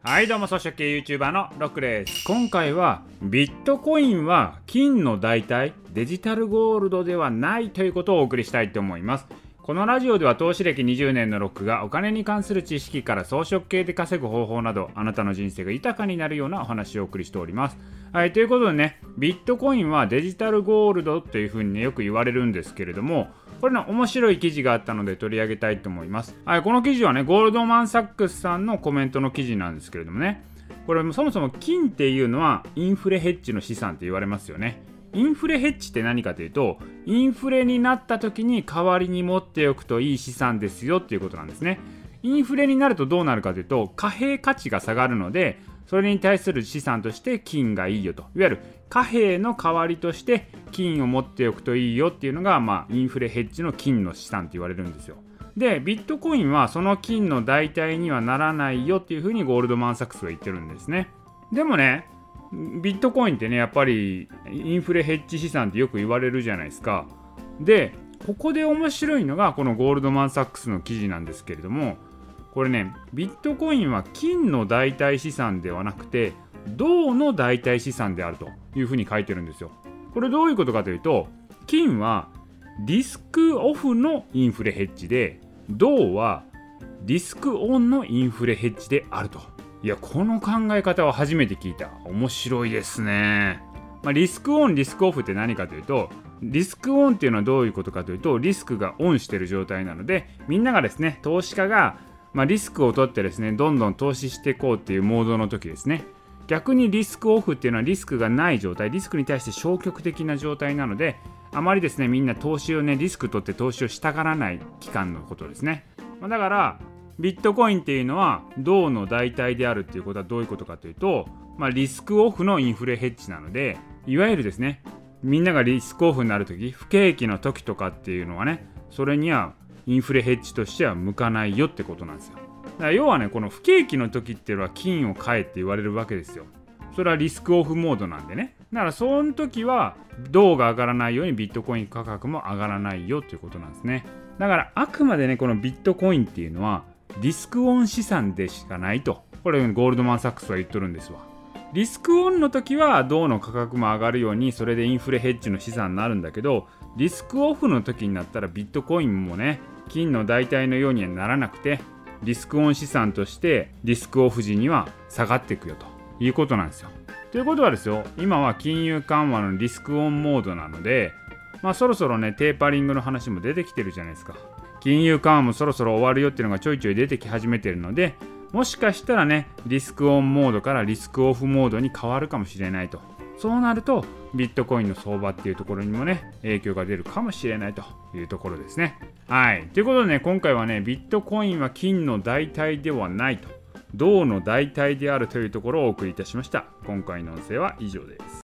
はいどうも、草食系 YouTuber のロックです。今回はビットコインは金の代替、デジタルゴールドではないということをお送りしたいと思います。このラジオでは投資歴20年のロックがお金に関する知識から草食系で稼ぐ方法など、あなたの人生が豊かになるようなお話をお送りしております。はい、ということでね、ビットコインはデジタルゴールドというふうにね、よく言われるんですけれども、これの面白い記事があったので取り上げたいと思います。はい、この記事はね、ゴールドマン・サックスさんのコメントの記事なんですけれどもね、これそもそも金っていうのはインフレヘッジの資産って言われますよね。インフレヘッジって何かというと、インフレになった時に代わりに持っておくといい資産ですよっていうことなんですね。インフレになるとどうなるかというと、貨幣価値が下がるので、それに対する資産として金がいいよと、いわゆる貨幣の代わりとして金を持っておくといいよっていうのが、インフレヘッジの金の資産って言われるんですよ。で、ビットコインはその金の代替にはならないよっていうふうにゴールドマン・サックスが言ってるんですね。でもね、ビットコインってね、やっぱりインフレヘッジ資産ってよく言われるじゃないですか。で、ここで面白いのがこのゴールドマン・サックスの記事なんですけれども、これね、ビットコインは金の代替資産ではなくて銅の代替資産であるというふうに書いてるんですよ。これどういうことかというと、金はリスクオフのインフレヘッジで、銅はリスクオンのインフレヘッジであると。いや、この考え方は初めて聞いた。面白いですね。リスクオン、リスクオフって何かというと、リスクオンっていうのはどういうことかというと、リスクがオンしている状態なので、みんながですね、投資家がリスクを取ってですね、どんどん投資していこうっていうモードの時ですね。逆にリスクオフっていうのはリスクがない状態、リスクに対して消極的な状態なので、あまりですね、みんな投資をね、リスク取って投資をしたがらない期間のことですね。だからビットコインっていうのは銅の代替であるっていうことはどういうことかというと、リスクオフのインフレヘッジなので、いわゆるですね、みんながリスクオフになるとき、不景気の時とかっていうのはね、それにはインフレヘッジとしては向かないよってことなんですよ。だから要はね、この不景気の時っていうのは金を買えって言われるわけですよ。それはリスクオフモードなんでね。だからその時は銅が上がらないようにビットコイン価格も上がらないよっていうことなんですね。だからあくまでね、このビットコインっていうのはリスクオン資産でしかないと、これゴールドマン・サックスは言っとるんですわ。リスクオンの時は銅の価格も上がるように、それでインフレヘッジの資産になるんだけど、リスクオフの時になったらビットコインもね、金の代替のようにはならなくて、リスクオン資産としてリスクオフ時には下がっていくよということなんですよ。ということはですよ、今は金融緩和のリスクオンモードなので、そろそろね、テーパリングの話も出てきてるじゃないですか。金融緩和もそろそろ終わるよっていうのがちょいちょい出てき始めてるので、もしかしたらね、リスクオンモードからリスクオフモードに変わるかもしれないと。そうなるとビットコインの相場っていうところにもね、影響が出るかもしれないというところですね。はい、ということでね、今回はね、ビットコインは金の代替ではないと、銅の代替であるというところをお送りいたしました。今回の音声は以上です。